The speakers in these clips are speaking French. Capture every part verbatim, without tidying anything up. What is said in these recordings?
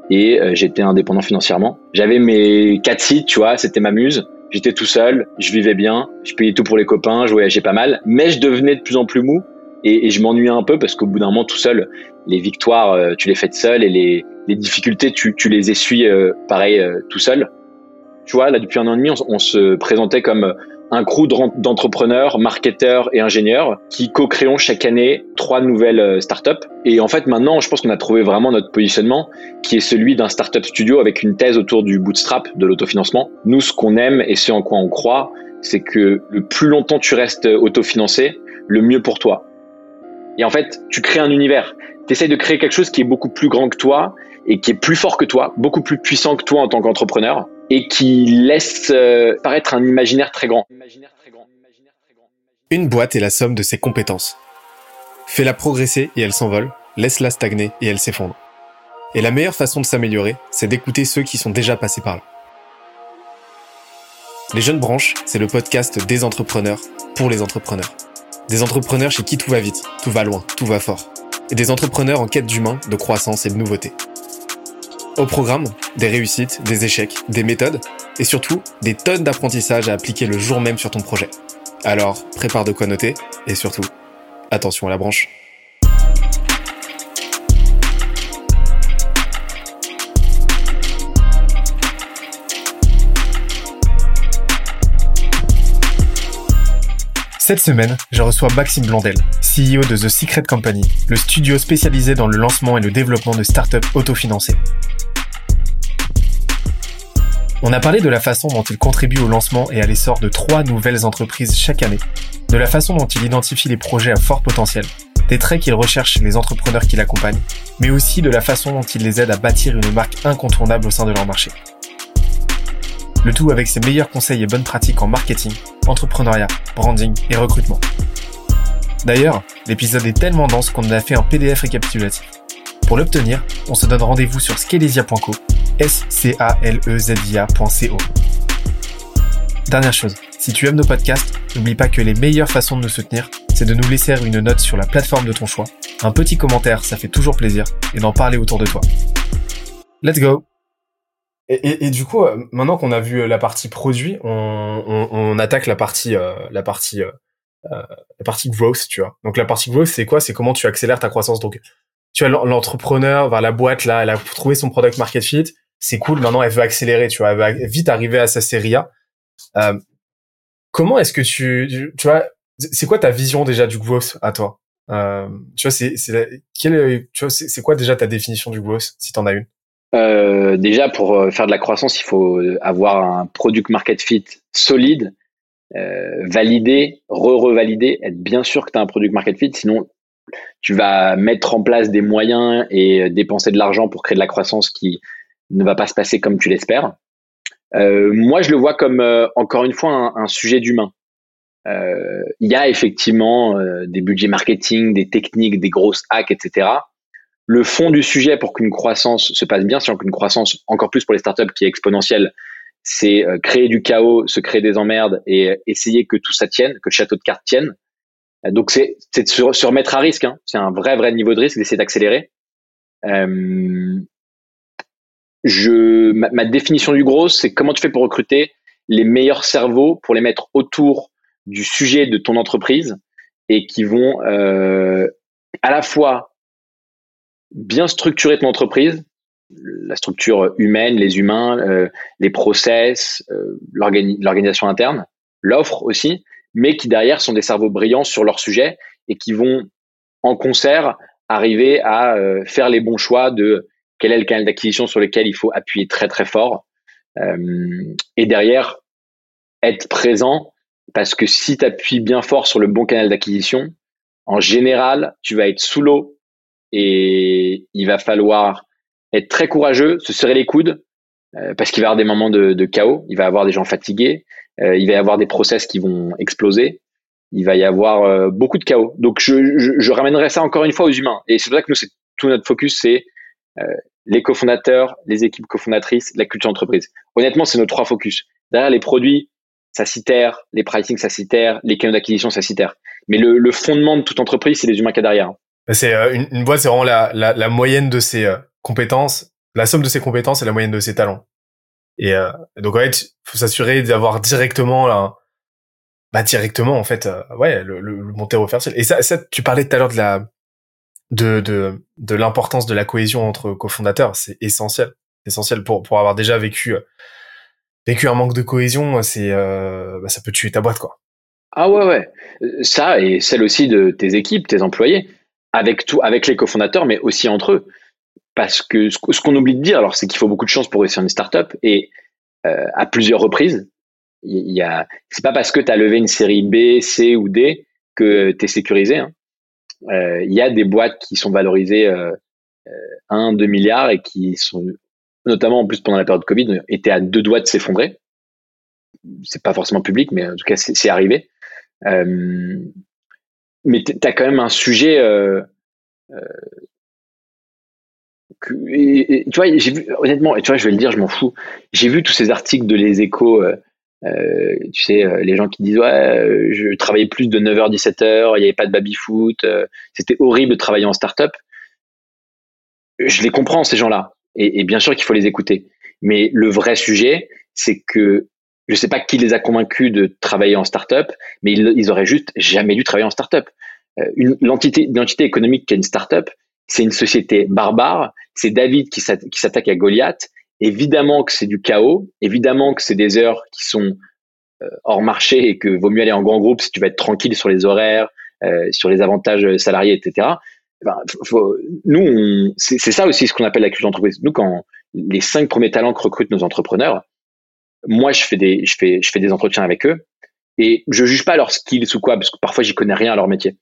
et euh, j'étais indépendant financièrement. J'avais mes quatre sites, tu vois, c'était ma muse. J'étais tout seul, je vivais bien, je payais tout pour les copains, je voyageais pas mal, mais je devenais de plus en plus mou et, et je m'ennuyais un peu parce qu'au bout d'un moment, tout seul, les victoires, euh, tu les fais seul et les, les difficultés, tu, tu les essuies euh, pareil euh, tout seul. Tu vois, là, depuis un an et demi, on, on se présentait comme un crew d'entrepreneurs, marketeurs et ingénieurs qui co-créons chaque année trois nouvelles startups. Et en fait, maintenant, je pense qu'on a trouvé vraiment notre positionnement qui est celui d'un startup studio avec une thèse autour du bootstrap, de l'autofinancement. Nous, ce qu'on aime et ce en quoi on croit, c'est que le plus longtemps tu restes autofinancé, le mieux pour toi. Et en fait, tu crées un univers. Tu essaies de créer quelque chose qui est beaucoup plus grand que toi et qui est plus fort que toi, beaucoup plus puissant que toi en tant qu'entrepreneur et qui laisse euh, paraître un imaginaire très grand. Une boîte est la somme de ses compétences. Fais-la progresser et elle s'envole, laisse-la stagner et elle s'effondre. Et la meilleure façon de s'améliorer, c'est d'écouter ceux qui sont déjà passés par là. Les Jeunes Branches, c'est le podcast des entrepreneurs pour les entrepreneurs. Des entrepreneurs chez qui tout va vite, tout va loin, tout va fort. Et des entrepreneurs en quête d'humain, de croissance et de nouveauté. Au programme, des réussites, des échecs, des méthodes et surtout des tonnes d'apprentissages à appliquer le jour même sur ton projet. Alors, prépare de quoi noter et surtout, attention à la branche. Cette semaine, je reçois Maxime Blondel, C E O de The Secret Company, le studio spécialisé dans le lancement et le développement de startups autofinancées. On a parlé de la façon dont il contribue au lancement et à l'essor de trois nouvelles entreprises chaque année, de la façon dont il identifie les projets à fort potentiel, des traits qu'il recherche chez les entrepreneurs qui l'accompagnent, mais aussi de la façon dont il les aide à bâtir une marque incontournable au sein de leur marché. Le tout avec ses meilleurs conseils et bonnes pratiques en marketing, entrepreneuriat, branding et recrutement. D'ailleurs, l'épisode est tellement dense qu'on en a fait un P D F récapitulatif. Pour l'obtenir, on se donne rendez-vous sur scalezia point co, S C A L E Z I A point C O. Dernière chose, si tu aimes nos podcasts, n'oublie pas que les meilleures façons de nous soutenir, c'est de nous laisser une note sur la plateforme de ton choix, un petit commentaire, ça fait toujours plaisir, et d'en parler autour de toi. Let's go! Et, et, et du coup, maintenant qu'on a vu la partie produit, on, on, on attaque la partie, euh, la partie, euh, la partie growth, tu vois. Donc la partie growth, c'est quoi? C'est comment tu accélères ta croissance. Donc tu vois, l'entrepreneur, vers la boîte là, elle a trouvé son product market fit, c'est cool. Maintenant, elle veut accélérer, tu vois, elle veut vite arriver à sa série A. Euh, comment est-ce que tu, tu vois, c'est quoi ta vision déjà du growth à toi? Euh, tu vois, c'est, c'est, quelle, tu vois, c'est, c'est quoi déjà ta définition du growth, si t'en as une? Euh, déjà, pour faire de la croissance, il faut avoir un product market fit solide, euh, validé, re-revalidé, être bien sûr que tu as un product market fit, sinon tu vas mettre en place des moyens et dépenser de l'argent pour créer de la croissance qui ne va pas se passer comme tu l'espères. Euh, moi, je le vois comme, euh, encore une fois, un, un sujet d'humain. Euh, il y a effectivement euh, des budgets marketing, des techniques, des grosses hacks, et cetera. Le fond du sujet pour qu'une croissance se passe bien, sachant qu'une croissance, encore plus pour les startups qui est exponentielle, c'est euh, créer du chaos, se créer des emmerdes et essayer que tout ça tienne, que le château de cartes tienne. Donc, c'est, c'est de se, se remettre à risque. Hein. C'est un vrai, vrai niveau de risque d'essayer d'accélérer. Euh, je, ma, ma définition du gros, c'est comment tu fais pour recruter les meilleurs cerveaux pour les mettre autour du sujet de ton entreprise et qui vont euh, à la fois bien structurer ton entreprise, la structure humaine, les humains, euh, les process, euh, l'organi- l'organisation interne, l'offre aussi, mais qui derrière sont des cerveaux brillants sur leur sujet et qui vont en concert arriver à euh, faire les bons choix de quel est le canal d'acquisition sur lequel il faut appuyer très très fort euh, et derrière être présent, parce que si tu appuies bien fort sur le bon canal d'acquisition, en général, tu vas être sous l'eau et il va falloir être très courageux, se serrer les coudes, euh, parce qu'il va y avoir des moments de, de chaos, il va y avoir des gens fatigués, euh, il va y avoir des process qui vont exploser, il va y avoir euh, beaucoup de chaos. Donc, je, je, je ramènerai ça encore une fois aux humains. Et c'est pour ça que nous, c'est, tout notre focus, c'est euh, les cofondateurs, les équipes cofondatrices, la culture d'entreprise. Honnêtement, c'est nos trois focus. Derrière les produits, ça s'y terre, les pricing, ça s'y terre, les canaux d'acquisition, ça s'y terre. Mais le, le fondement de toute entreprise, c'est les humains qu'il y a derrière. C'est euh, une, une boîte, c'est vraiment la, la, la moyenne de ses euh, compétences la somme de ses compétences et la moyenne de ses talents. Et euh, donc en fait, faut s'assurer d'avoir directement là, bah directement en fait, euh, ouais, le, le, le monter référentiel. Et ça, ça, tu parlais tout à l'heure de la, de de de l'importance de la cohésion entre cofondateurs. C'est essentiel, essentiel pour pour avoir déjà vécu vécu un manque de cohésion. C'est euh, bah, ça peut tuer ta boîte quoi. Ah ouais ouais, ça et celle aussi de tes équipes, tes employés, avec tout, avec les cofondateurs, mais aussi entre eux. Parce que ce ce qu'on oublie de dire, alors, c'est qu'il faut beaucoup de chance pour réussir une startup et euh, à plusieurs reprises. Il y a, c'est pas parce que tu as levé une série B, C ou D que tu es sécurisé. Hein. Euh, Il y a des boîtes qui sont valorisées euh, un, deux milliards et qui sont, notamment en plus pendant la période de Covid, étaient à deux doigts de s'effondrer. C'est pas forcément public, mais en tout cas, c'est, c'est arrivé. Euh, mais tu as quand même un sujet. Euh, euh, que, et, et, tu vois, j'ai vu, honnêtement, et tu vois, je vais le dire, je m'en fous. J'ai vu tous ces articles de Les Échos. Euh, Euh, tu sais, euh, les gens qui disent ouais, euh, je travaillais plus de neuf heures dix-sept heures, il n'y avait pas de baby-foot, euh, c'était horrible de travailler en start-up. Je les comprends, ces gens-là, et, et bien sûr qu'il faut les écouter. Mais le vrai sujet, c'est que je sais pas qui les a convaincus de travailler en start-up, mais ils, ils auraient juste jamais dû travailler en start-up. Euh, une, l'entité, l'entité économique qui est une start-up, c'est une société barbare, c'est David qui, s'atta- qui s'attaque à Goliath. Évidemment que c'est du chaos, évidemment que c'est des heures qui sont euh, hors marché et que vaut mieux aller en grand groupe si tu vas être tranquille sur les horaires, euh, sur les avantages salariés, et cetera. Ben, faut, nous, on, c'est, c'est ça aussi ce qu'on appelle la culture d'entreprise. Nous, quand les cinq premiers talents que recrutent nos entrepreneurs, moi, je fais des, je fais, je fais des entretiens avec eux et je juge pas leurs skills ou quoi, parce que parfois, j'y connais rien à leur métier.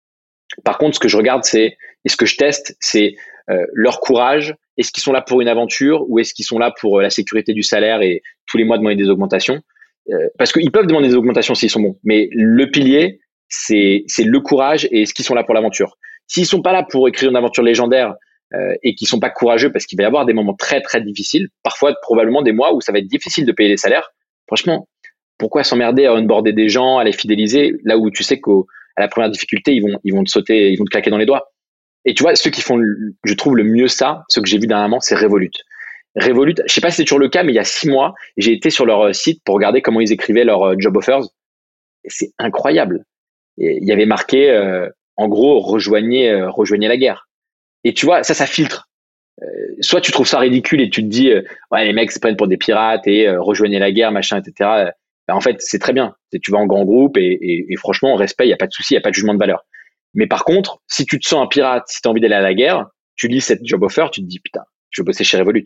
Par contre, ce que je regarde, c'est, et ce que je teste, c'est euh, leur courage. Est-ce qu'ils sont là pour une aventure ou est-ce qu'ils sont là pour euh, la sécurité du salaire et tous les mois demander des augmentations? euh, Parce qu'ils peuvent demander des augmentations s'ils sont bons, mais le pilier, c'est, c'est le courage et est-ce qu'ils sont là pour l'aventure? S'ils sont pas là pour écrire une aventure légendaire euh, et qu'ils sont pas courageux, parce qu'il va y avoir des moments très très difficiles, parfois probablement des mois où ça va être difficile de payer les salaires. Franchement, pourquoi s'emmerder à onboarder des gens, à les fidéliser, là où tu sais qu'à la première difficulté, ils vont, ils vont te sauter, ils vont te claquer dans les doigts. Et tu vois, ceux qui font, je trouve, le mieux ça, ceux que j'ai vu dernièrement, c'est Revolut. Revolut, je sais pas si c'est toujours le cas, mais il y a six mois, j'ai été sur leur site pour regarder comment ils écrivaient leurs job offers. Et c'est incroyable. Et il y avait marqué, euh, en gros, rejoignez, euh, rejoignez la guerre. Et tu vois, ça, ça filtre. Euh, soit tu trouves ça ridicule et tu te dis, euh, ouais, les mecs se prennent pour des pirates et euh, rejoignez la guerre, machin, et cetera. Ben, en fait, c'est très bien. Tu vas en grand groupe et, et, et franchement, respect, il n'y a pas de souci, il n'y a pas de jugement de valeur. Mais par contre, si tu te sens un pirate, si tu as envie d'aller à la guerre, tu lis cette job offer, tu te dis, putain, je veux bosser chez Revolut.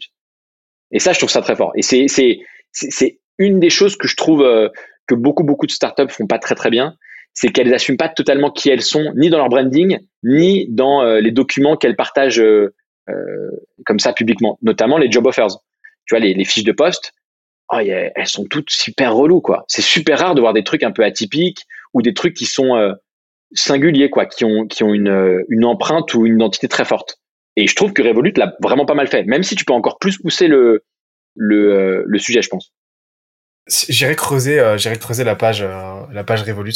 Et ça, je trouve ça très fort. Et c'est, c'est, c'est, c'est une des choses que je trouve euh, que beaucoup, beaucoup de startups font pas très, très bien. C'est qu'elles n'assument pas totalement qui elles sont, ni dans leur branding, ni dans euh, les documents qu'elles partagent euh, euh, comme ça publiquement, notamment les job offers. Tu vois, les, les fiches de poste, oh, yeah, elles sont toutes super reloues, quoi. C'est super rare de voir des trucs un peu atypiques ou des trucs qui sont euh, singuliers, quoi, qui ont, qui ont une, une empreinte ou une identité très forte. Et je trouve que Revolut l'a vraiment pas mal fait, même si tu peux encore plus pousser le, le, euh, le sujet, je pense. J'irai creuser, euh, j'irai creuser la page, euh, la page Revolut.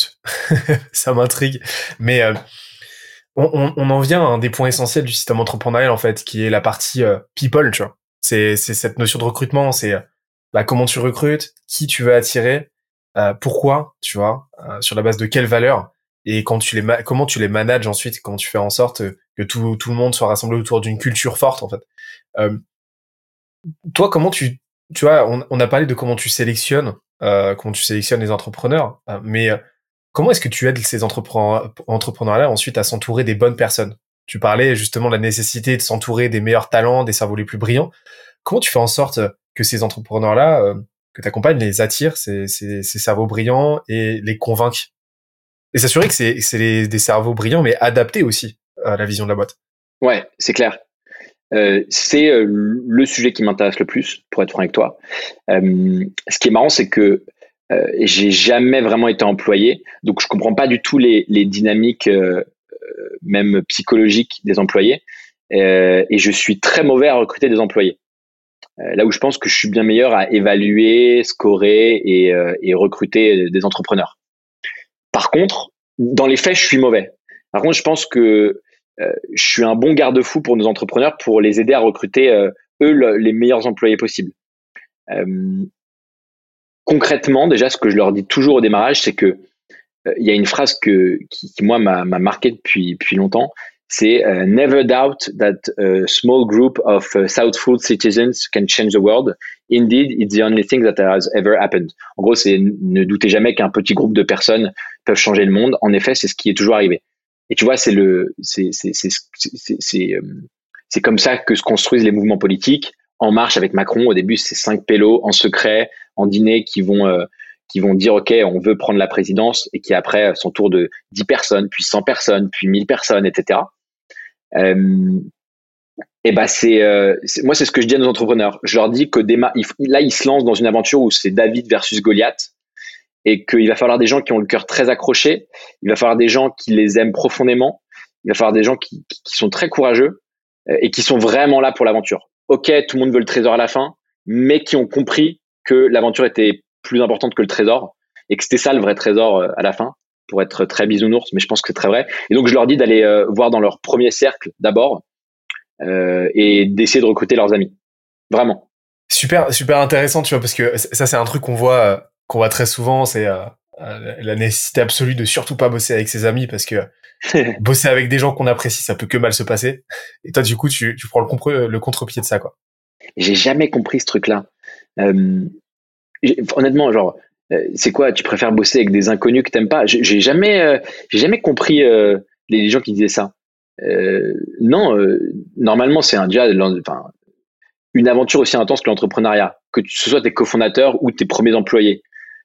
Ça m'intrigue. Mais euh, on, on, on en vient à un des points essentiels du système entrepreneurial, en fait, qui est la partie euh, people, tu vois. C'est, c'est cette notion de recrutement, c'est bah, comment tu recrutes, qui tu veux attirer, euh, pourquoi, tu vois, euh, sur la base de quelles valeurs, et quand tu les ma- comment tu les manages ensuite, comment tu fais en sorte que tout, tout le monde soit rassemblé autour d'une culture forte, en fait. Euh, toi, comment tu, tu vois, on, on a parlé de comment tu sélectionnes, euh, comment tu sélectionnes les entrepreneurs, euh, mais euh, comment est-ce que tu aides ces entrepreneurs, entrepreneurs-là ensuite à s'entourer des bonnes personnes? Tu parlais justement de la nécessité de s'entourer des meilleurs talents, des cerveaux les plus brillants. Comment tu fais en sorte que ces entrepreneurs-là, euh, que tu accompagnes, les attirent, ces, ces, ces cerveaux brillants, et les convainquent? Et s'assurer que c'est, c'est les, des cerveaux brillants, mais adaptés aussi à la vision de la boîte. Ouais, c'est clair. Euh, c'est euh, le sujet qui m'intéresse le plus, pour être franc avec toi. Euh, ce qui est marrant, c'est que euh, j'ai jamais vraiment été employé, donc je comprends pas du tout les, les dynamiques, euh, même psychologiques, des employés. Euh, et je suis très mauvais à recruter des employés. Euh, là où je pense que je suis bien meilleur à évaluer, scorer et, euh, et recruter des entrepreneurs. Par contre, dans les faits, je suis mauvais. Par contre, je pense que euh, je suis un bon garde-fou pour nos entrepreneurs pour les aider à recruter euh, eux le, les meilleurs employés possibles. Euh, concrètement, déjà, ce que je leur dis toujours au démarrage, c'est que il euh, y a une phrase que, qui, qui moi, m'a, m'a marqué depuis, depuis longtemps. C'est uh, never doubt that a small group of uh, thoughtful citizens can change the world. Indeed, it's the only thing that has ever happened. En gros, c'est ne doutez jamais qu'un petit groupe de personnes peuvent changer le monde. En effet, c'est ce qui est toujours arrivé. Et tu vois, c'est le, c'est, c'est, c'est, c'est, c'est, c'est, euh, c'est comme ça que se construisent les mouvements politiques. En Marche avec Macron, au début, c'est cinq pélos en secret, en dîner, qui vont euh, qui vont dire ok, on veut prendre la présidence, et qui après son tour de dix personnes, puis cent personnes, puis mille personnes, et cetera. Euh, et ben c'est, euh, c'est moi c'est ce que je dis à nos entrepreneurs. Je leur dis que déma- là ils se lancent dans une aventure où c'est David versus Goliath, et qu'il va falloir des gens qui ont le cœur très accroché. Il va falloir des gens qui les aiment profondément. Il va falloir des gens qui, qui, qui sont très courageux euh, et qui sont vraiment là pour l'aventure. Ok, tout le monde veut le trésor à la fin, mais qui ont compris que l'aventure était plus importante que le trésor, et que c'était ça le vrai trésor euh, à la fin, pour être très bisounours, mais je pense que c'est très vrai. Et donc je leur dis d'aller euh, voir dans leur premier cercle d'abord, euh, et d'essayer de recruter leurs amis. Vraiment. Super, super intéressant, tu vois, parce que ça c'est un truc qu'on voit, euh, qu'on voit très souvent, c'est euh, la nécessité absolue de surtout pas bosser avec ses amis, parce que bosser avec des gens qu'on apprécie, ça peut que mal se passer. Et toi, du coup, tu, tu prends le, compre- le contre-pied de ça, quoi. J'ai jamais compris ce truc-là. Euh, honnêtement, genre, euh, c'est quoi? Tu préfères bosser avec des inconnus que t'aimes pas? J'ai, j'ai jamais, euh, j'ai jamais compris euh, les gens qui disaient ça. Euh, non, euh, normalement, c'est un déjà, enfin, une aventure aussi intense que l'entrepreneuriat, que ce soit tes cofondateurs ou tes premiers employés.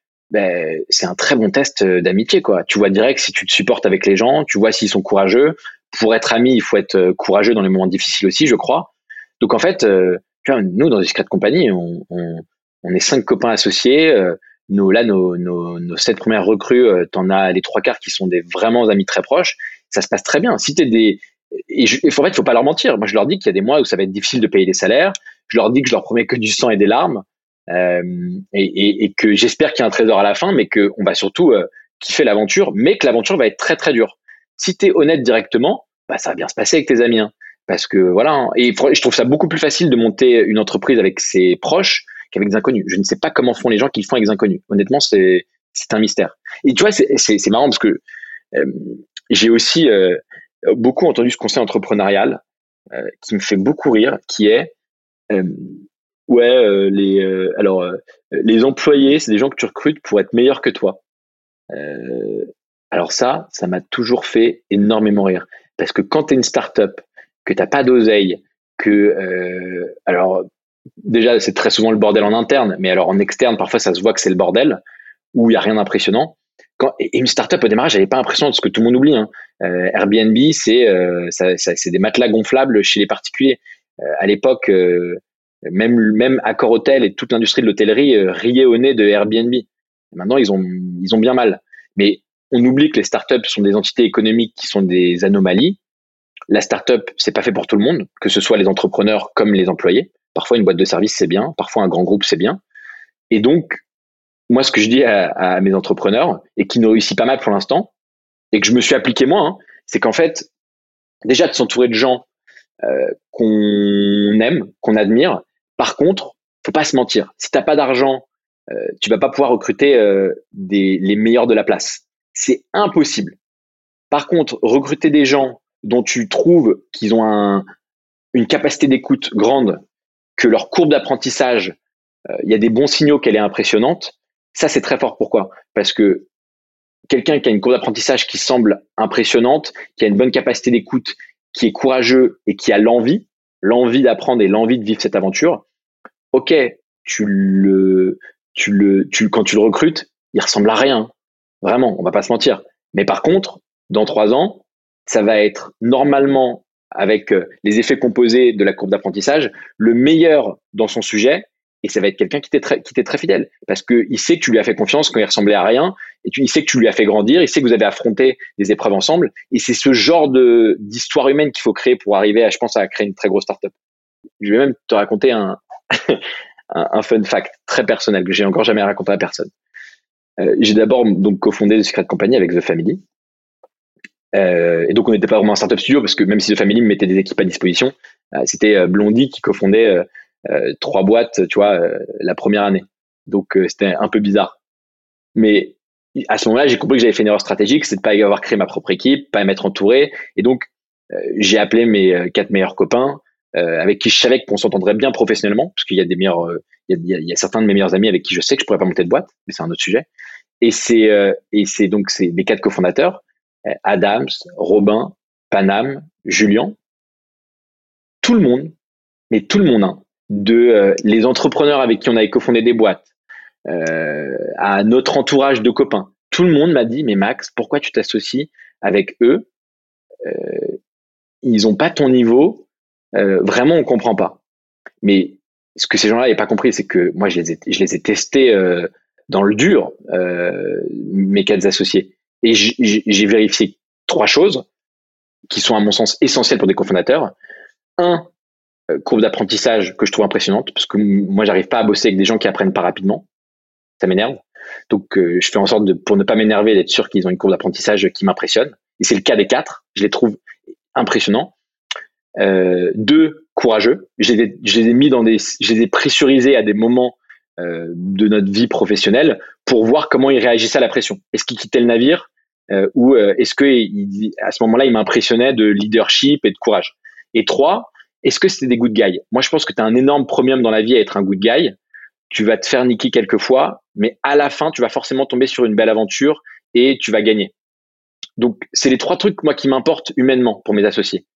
Ben, c'est un très bon test d'amitié, quoi. Tu vois direct si tu te supportes avec les gens, tu vois s'ils sont courageux. Pour être ami, il faut être courageux dans les moments difficiles aussi, je crois. Donc en fait, euh, tu vois, nous dans Discrète Compagnie, on, on, on est cinq copains associés. Euh, nos, là, nos, nos, nos sept premières recrues, euh, t'en as les trois quarts qui sont des vraiment amis très proches. Ça se passe très bien. Si t'es des et, je, et en fait, il faut pas leur mentir. Moi, je leur dis qu'il y a des mois où ça va être difficile de payer les salaires. Je leur dis que je leur promets que du sang et des larmes. Euh, et, et, et que j'espère qu'il y a un trésor à la fin, mais qu'on va surtout euh, kiffer l'aventure, mais que l'aventure va être très très dure. Si t'es honnête directement, bah ça va bien se passer avec tes amis, hein, parce que voilà. Hein, et je trouve ça beaucoup plus facile de monter une entreprise avec ses proches qu'avec des inconnus. Je ne sais pas comment font les gens qui le font avec des inconnus. Honnêtement, c'est c'est un mystère. Et tu vois, c'est c'est, c'est marrant parce que euh, j'ai aussi euh, beaucoup entendu ce conseil entrepreneurial euh, qui me fait beaucoup rire, qui est euh, ouais, euh, les euh, alors euh, les employés, c'est des gens que tu recrutes pour être meilleurs que toi. Euh, alors ça, ça m'a toujours fait énormément rire, parce que quand t'es une start-up, que t'as pas d'oseille, que euh, alors déjà c'est très souvent le bordel en interne, mais alors en externe parfois ça se voit que c'est le bordel, où il y a rien d'impressionnant. Quand, et une start-up au démarrage, elle est pas impressionnante, parce que tout le monde oublie. Hein. Euh, Airbnb, c'est euh, ça, ça, c'est des matelas gonflables chez les particuliers. Euh, à l'époque. Euh, Même, même Accor Hotel et toute l'industrie de l'hôtellerie euh, riait au nez de Airbnb. Et maintenant, ils ont, ils ont bien mal. Mais on oublie que les startups sont des entités économiques qui sont des anomalies. La startup, c'est pas fait pour tout le monde, que ce soit les entrepreneurs comme les employés. Parfois, une boîte de service, c'est bien. Parfois, un grand groupe, c'est bien. Et donc, moi, ce que je dis à, à mes entrepreneurs, et qui ne réussit pas mal pour l'instant, et que je me suis appliqué moi, hein, c'est qu'en fait, déjà de s'entourer de gens euh, qu'on aime, qu'on admire. Par contre, faut pas se mentir. Si t'as pas d'argent, euh, tu vas pas pouvoir recruter euh, des, les meilleurs de la place. C'est impossible. Par contre, recruter des gens dont tu trouves qu'ils ont un, une capacité d'écoute grande, que leur courbe d'apprentissage, il euh, y a des bons signaux qu'elle est impressionnante, ça c'est très fort. Pourquoi? Parce que quelqu'un qui a une courbe d'apprentissage qui semble impressionnante, qui a une bonne capacité d'écoute, qui est courageux et qui a l'envie, l'envie d'apprendre et l'envie de vivre cette aventure, ok, tu le, tu le, tu, quand tu le recrutes, il ressemble à rien. Vraiment, on va pas se mentir. Mais par contre, dans trois ans, ça va être normalement, avec les effets composés de la courbe d'apprentissage, le meilleur dans son sujet, et ça va être quelqu'un qui t'est très, qui t'est très fidèle. Parce que il sait que tu lui as fait confiance quand il ressemblait à rien, et tu, il sait que tu lui as fait grandir, il sait que vous avez affronté des épreuves ensemble, et c'est ce genre de, d'histoire humaine qu'il faut créer pour arriver à, je pense, à créer une très grosse startup. Je vais même te raconter un, un, un fun fact très personnel que j'ai encore jamais raconté à personne. Euh, j'ai d'abord donc cofondé Discrète Compagnie avec The Family. Euh, et donc on n'était pas vraiment un startup studio, parce que même si The Family me mettait des équipes à disposition, euh, c'était euh, Blondie qui cofondait euh, euh, trois boîtes, tu vois, euh, la première année. Donc euh, c'était un peu bizarre. Mais à ce moment-là, j'ai compris que j'avais fait une erreur stratégique, c'est de pas avoir créé ma propre équipe, pas m'être entouré. Et donc euh, j'ai appelé mes euh, quatre meilleurs copains euh, avec qui je savais qu'on s'entendrait bien professionnellement, parce qu'il y a des meilleurs, euh, il y a, il y a certains de mes meilleurs amis avec qui je sais que je pourrais pas monter de boîte, mais c'est un autre sujet. Et c'est euh, et c'est donc c'est mes quatre cofondateurs, euh, Adams, Robin, Panam, Julien, tout le monde, mais tout le monde, hein, de euh, les entrepreneurs avec qui on avait cofondé des boîtes, euh, à notre entourage de copains, tout le monde m'a dit mais Max, pourquoi tu t'associes avec eux? euh, Ils ont pas ton niveau, euh, vraiment on comprend pas. Mais ce que ces gens-là n'avaient pas compris, c'est que moi je les ai je les ai testés euh, dans le dur, euh, mes quatre associés, et j'ai vérifié trois choses qui sont à mon sens essentielles pour des cofondateurs. Un, euh, courbe d'apprentissage que je trouve impressionnante, parce que moi j'arrive pas à bosser avec des gens qui apprennent pas rapidement, ça m'énerve. Donc euh, je fais en sorte de, pour ne pas m'énerver, d'être sûr qu'ils ont une courbe d'apprentissage qui m'impressionne. Et c'est le cas des quatre, je les trouve impressionnants. Euh, deux, courageux. Je les ai, je les ai mis dans des, je les ai pressurisés à des moments euh, de notre vie professionnelle pour voir comment ils réagissaient à la pression. Est-ce qu'ils quittaient le navire euh, ou euh, est-ce que il, à ce moment-là, ils m'impressionnaient de leadership et de courage. Et trois, est-ce que c'était des good guys? Moi, je pense que tu as un énorme premium dans la vie à être un good guy. Tu vas te faire niquer quelques fois, mais à la fin, tu vas forcément tomber sur une belle aventure et tu vas gagner. Donc, c'est les trois trucs, moi, qui m'importent humainement pour mes associés.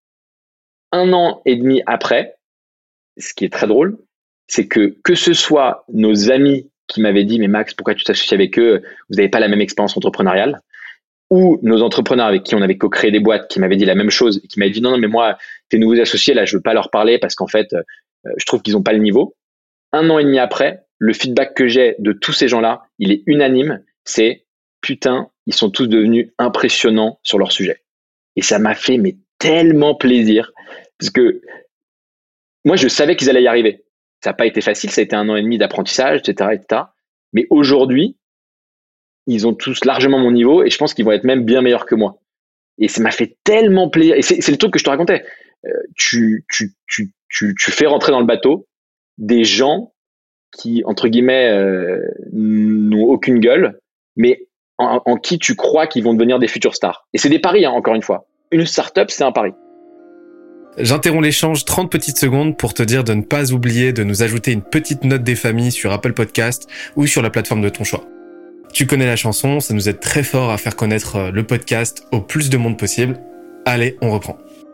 Un an et demi après, ce qui est très drôle, c'est que que ce soit nos amis qui m'avaient dit « Mais Max, pourquoi tu t'associes avec eux? Vous n'avez pas la même expérience entrepreneuriale ?» ou nos entrepreneurs avec qui on avait co-créé des boîtes qui m'avaient dit la même chose et qui m'avaient dit « Non, non, mais moi, tes nouveaux associés, là, je veux pas leur parler parce qu'en fait, euh, je trouve qu'ils ont pas le niveau. » Un an et demi après, le feedback que j'ai de tous ces gens-là, il est unanime, c'est « Putain, ils sont tous devenus impressionnants sur leur sujet. » Et ça m'a fait mais tellement plaisir parce que moi, je savais qu'ils allaient y arriver. Ça n'a pas été facile, ça a été un an et demi d'apprentissage, et cetera, et cetera. Mais aujourd'hui, ils ont tous largement mon niveau et je pense qu'ils vont être même bien meilleurs que moi. Et ça m'a fait tellement plaisir. Et c'est, c'est le truc que je te racontais. Euh, tu, tu, tu, tu, tu fais rentrer dans le bateau des gens qui, entre guillemets, euh, n'ont aucune gueule, mais en, en qui tu crois qu'ils vont devenir des futurs stars. Et c'est des paris, hein, encore une fois. Une startup, c'est un pari. J'interromps l'échange trente petites secondes pour te dire de ne pas oublier de nous ajouter une petite note des familles sur Apple Podcast ou sur la plateforme de ton choix. Tu connais la chanson, ça nous aide très fort à faire connaître le podcast au plus de monde possible. Allez, on reprend.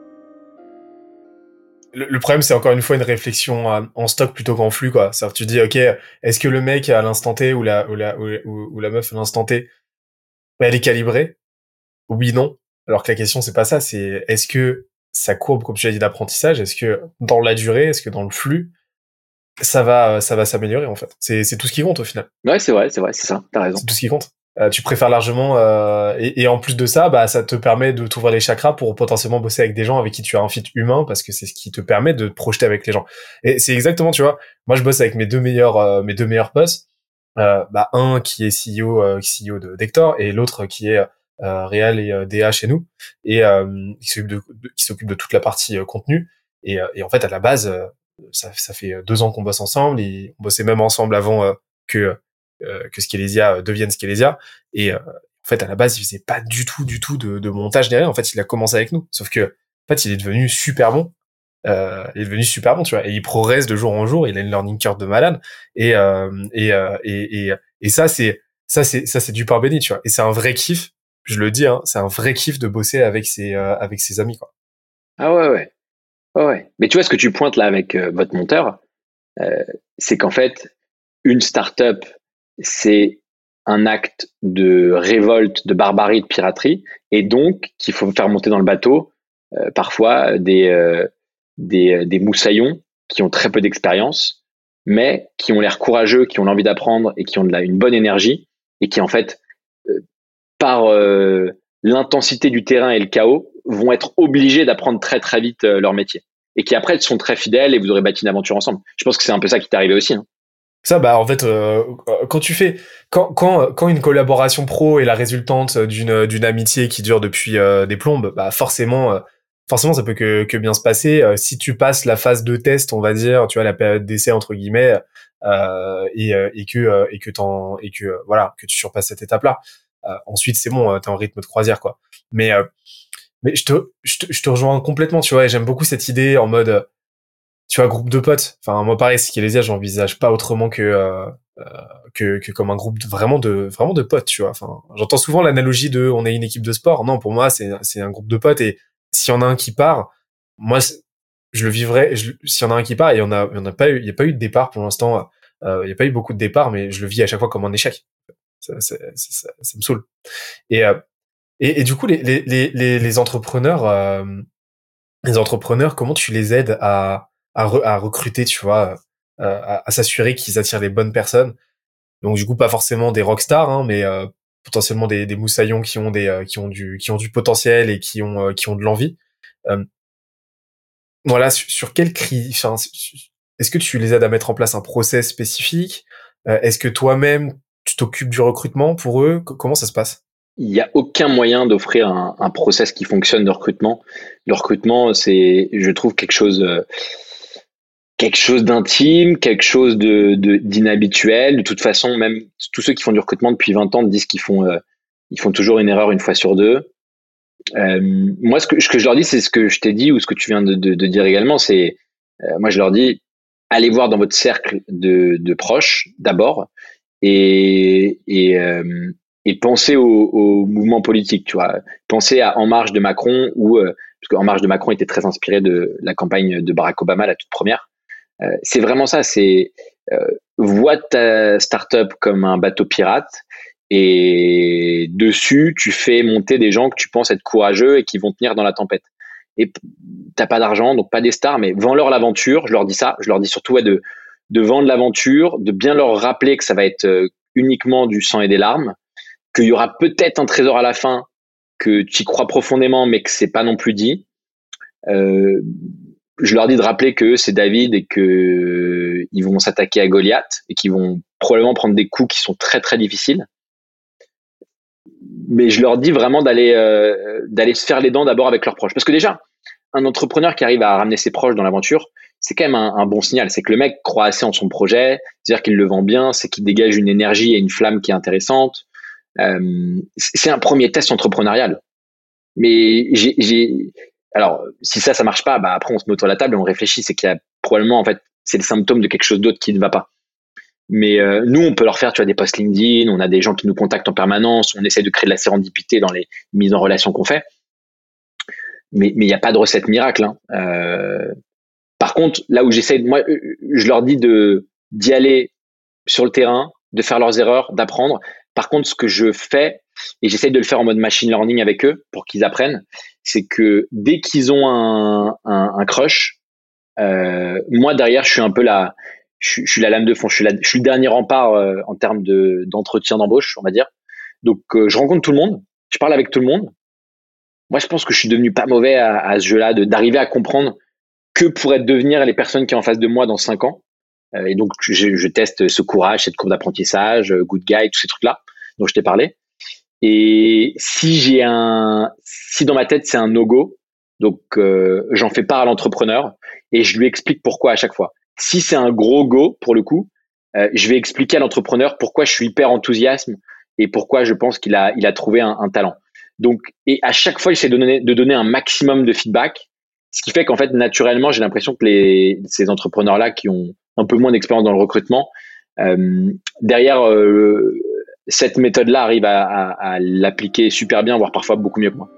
Le, le problème, c'est encore une fois une réflexion en stock plutôt qu'en flux, quoi. C'est-à-dire que tu dis, ok, est-ce que le mec à l'instant T ou la, ou la, ou, ou la meuf à l'instant T, elle est calibrée? Oui, non. Alors que la question, c'est pas ça, c'est est-ce que sa courbe, comme tu l'as dit, d'apprentissage, est-ce que dans la durée, est-ce que dans le flux, ça va, ça va s'améliorer, en fait. C'est, c'est tout ce qui compte, au final. Ouais, c'est vrai, c'est vrai, c'est ça, t'as raison. C'est tout ce qui compte. Euh, tu préfères largement, euh, et, et en plus de ça, bah, ça te permet de t'ouvrir les chakras pour potentiellement bosser avec des gens avec qui tu as un fit humain, parce que c'est ce qui te permet de te projeter avec les gens. Et c'est exactement, tu vois, moi, je bosse avec mes deux meilleurs, euh, mes deux meilleurs boss, euh, bah, un qui est C E O, euh, C E O de d'Hector, et l'autre qui est, euh, Réal et euh, D A chez nous, et euh, qui s'occupe de, de qui s'occupe de toute la partie euh, contenu. Et, euh, et en fait, à la base, euh, ça, ça fait deux ans qu'on bosse ensemble, et on bossait même ensemble avant euh, que euh, que Scalesia devienne Scalesia. Et euh, en fait, à la base, il faisait pas du tout, du tout de, de montage derrière. En fait, il a commencé avec nous. Sauf que, en fait, il est devenu super bon. Euh, il est devenu super bon, tu vois. Et il progresse de jour en jour. Il a une learning curve de malade. Et euh, et, euh, et et et ça, c'est ça, c'est ça, c'est du pain béni, tu vois. Et c'est un vrai kiff. Je le dis, hein, c'est un vrai kiff de bosser avec ses euh, avec ses amis, quoi. Ah ouais, ouais, ouais, ouais. Mais tu vois ce que tu pointes là avec euh, votre monteur, euh, c'est qu'en fait, une startup, c'est un acte de révolte, de barbarie, de piraterie, et donc qu'il faut faire monter dans le bateau euh, parfois des euh, des des moussaillons qui ont très peu d'expérience, mais qui ont l'air courageux, qui ont l'envie d'apprendre et qui ont de la, une bonne énergie et qui en fait euh, par euh, l'intensité du terrain et le chaos, vont être obligés d'apprendre très très vite euh, leur métier. Et qui après sont très fidèles et vous aurez bâti une aventure ensemble. Je pense que c'est un peu ça qui t'est arrivé aussi. Hein. Ça, bah en fait, euh, quand tu fais, quand quand quand une collaboration pro est la résultante d'une d'une amitié qui dure depuis euh, des plombes, bah forcément, euh, forcément, ça peut que, que bien se passer. Euh, si tu passes la phase de test, on va dire, tu vois, la période d'essai entre guillemets, euh, et, et que euh, et que t'en et que euh, voilà, que tu surpasses cette étape-là. Euh, ensuite, c'est bon, t'es en rythme de croisière, quoi. Mais euh, mais je te, je te je te rejoins complètement, tu vois. Et j'aime beaucoup cette idée en mode, tu vois, groupe de potes. Enfin, moi, pareil, Skelesia, j'envisage pas autrement que euh, euh, que que comme un groupe de, vraiment de vraiment de potes, tu vois. Enfin, j'entends souvent l'analogie de on est une équipe de sport. Non, pour moi, c'est c'est un groupe de potes, et s'il y en a un qui part, moi, je le vivrais. Je, s'il y en a un qui part, et il y en a, il y en a pas eu, il y a pas eu de départ pour l'instant. Euh, il y a pas eu beaucoup de départs, mais je le vis à chaque fois comme un échec. Ça, ça, ça, ça, ça me saoule. Et, euh, et et du coup, les les les les entrepreneurs, euh, les entrepreneurs, comment tu les aides à à, re, à recruter, tu vois, euh, à, à s'assurer qu'ils attirent les bonnes personnes. Donc du coup, pas forcément des rockstars, hein, mais euh, potentiellement des, des moussaillons qui ont des euh, qui ont du qui ont du potentiel et qui ont euh, qui ont de l'envie. Euh, voilà, sur, sur quel cri, enfin, est-ce que tu les aides à mettre en place un process spécifique? euh, Est-ce que toi-même tu t'occupes du recrutement pour eux? Comment ça se passe? Il n'y a aucun moyen d'offrir un, un process qui fonctionne de recrutement. Le recrutement, c'est, je trouve, quelque chose, euh, quelque chose d'intime, quelque chose de, de d'inhabituel. De toute façon, même tous ceux qui font du recrutement depuis vingt ans disent qu'ils font, euh, ils font toujours une erreur une fois sur deux. Euh, moi, ce que, ce que je leur dis, c'est ce que je t'ai dit ou ce que tu viens de, de, de dire également. C'est, euh, moi, je leur dis, allez voir dans votre cercle de, de proches d'abord, et et euh, et pensez au, au mouvement politique, tu vois. Pensez à En Marche de Macron, ou euh, parce qu'En Marche de Macron était très inspiré de la campagne de Barack Obama, la toute première. Euh, c'est vraiment ça. C'est euh, vois ta startup comme un bateau pirate, et dessus tu fais monter des gens que tu penses être courageux et qui vont tenir dans la tempête. Et t'as pas d'argent, donc pas des stars, mais vends-leur l'aventure. Je leur dis ça. Je leur dis surtout ouais, de de vendre l'aventure, de bien leur rappeler que ça va être uniquement du sang et des larmes, qu'il y aura peut-être un trésor à la fin, que tu y crois profondément, mais que c'est pas non plus dit. Euh, je leur dis de rappeler que c'est David et que ils vont s'attaquer à Goliath et qu'ils vont probablement prendre des coups qui sont très très difficiles. Mais je leur dis vraiment d'aller euh, d'aller se faire les dents d'abord avec leurs proches, parce que déjà un entrepreneur qui arrive à ramener ses proches dans l'aventure, c'est quand même un, un bon signal. C'est que le mec croit assez en son projet, c'est-à-dire qu'il le vend bien, c'est qu'il dégage une énergie et une flamme qui est intéressante. Euh, c'est un premier test entrepreneurial. Mais j'ai, j'ai, alors si ça, ça marche pas, bah après on se met autour de la table et on réfléchit. C'est qu'il y a probablement, en fait, c'est le symptôme de quelque chose d'autre qui ne va pas. Mais euh, nous, on peut leur faire, tu vois, des posts LinkedIn. On a des gens qui nous contactent en permanence. On essaie de créer de la sérendipité dans les mises en relation qu'on fait. Mais mais il y a pas de recette miracle. Hein. Euh, Par contre, là où j'essaie, moi, je leur dis de d'y aller sur le terrain, de faire leurs erreurs, d'apprendre. Par contre, ce que je fais, et j'essaie de le faire en mode machine learning avec eux pour qu'ils apprennent, c'est que dès qu'ils ont un, un, un crush, euh, moi derrière, je suis un peu la, je, je suis la lame de fond, je suis, la, je suis le dernier rempart euh, en termes de d'entretien d'embauche, on va dire. Donc, euh, je rencontre tout le monde, je parle avec tout le monde. Moi, je pense que je suis devenu pas mauvais à, à ce jeu-là, de d'arriver à comprendre que pourraient devenir les personnes qui sont en face de moi dans cinq ans. Euh, et donc, je, je teste ce courage, cette courbe d'apprentissage, good guy, tous ces trucs-là dont je t'ai parlé. Et si j'ai un, si dans ma tête c'est un no-go, donc euh, j'en fais part à l'entrepreneur et je lui explique pourquoi à chaque fois. Si c'est un gros go pour le coup, euh, je vais expliquer à l'entrepreneur pourquoi je suis hyper enthousiaste et pourquoi je pense qu'il a, il a trouvé un, un talent. Donc, et à chaque fois, j'essaie de donner, de donner un maximum de feedback. Ce qui fait qu'en fait, naturellement, j'ai l'impression que les, ces entrepreneurs-là qui ont un peu moins d'expérience dans le recrutement, euh, derrière, euh, cette méthode-là arrive à, à, à l'appliquer super bien, voire parfois beaucoup mieux que moi.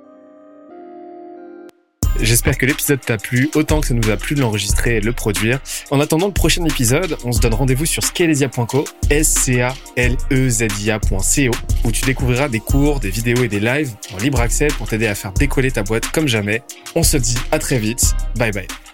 J'espère que l'épisode t'a plu autant que ça nous a plu de l'enregistrer et de le produire. En attendant le prochain épisode, on se donne rendez-vous sur scalesia point co, S C A L E Z I A point C O, où tu découvriras des cours, des vidéos et des lives en libre accès pour t'aider à faire décoller ta boîte comme jamais. On se dit à très vite. Bye bye.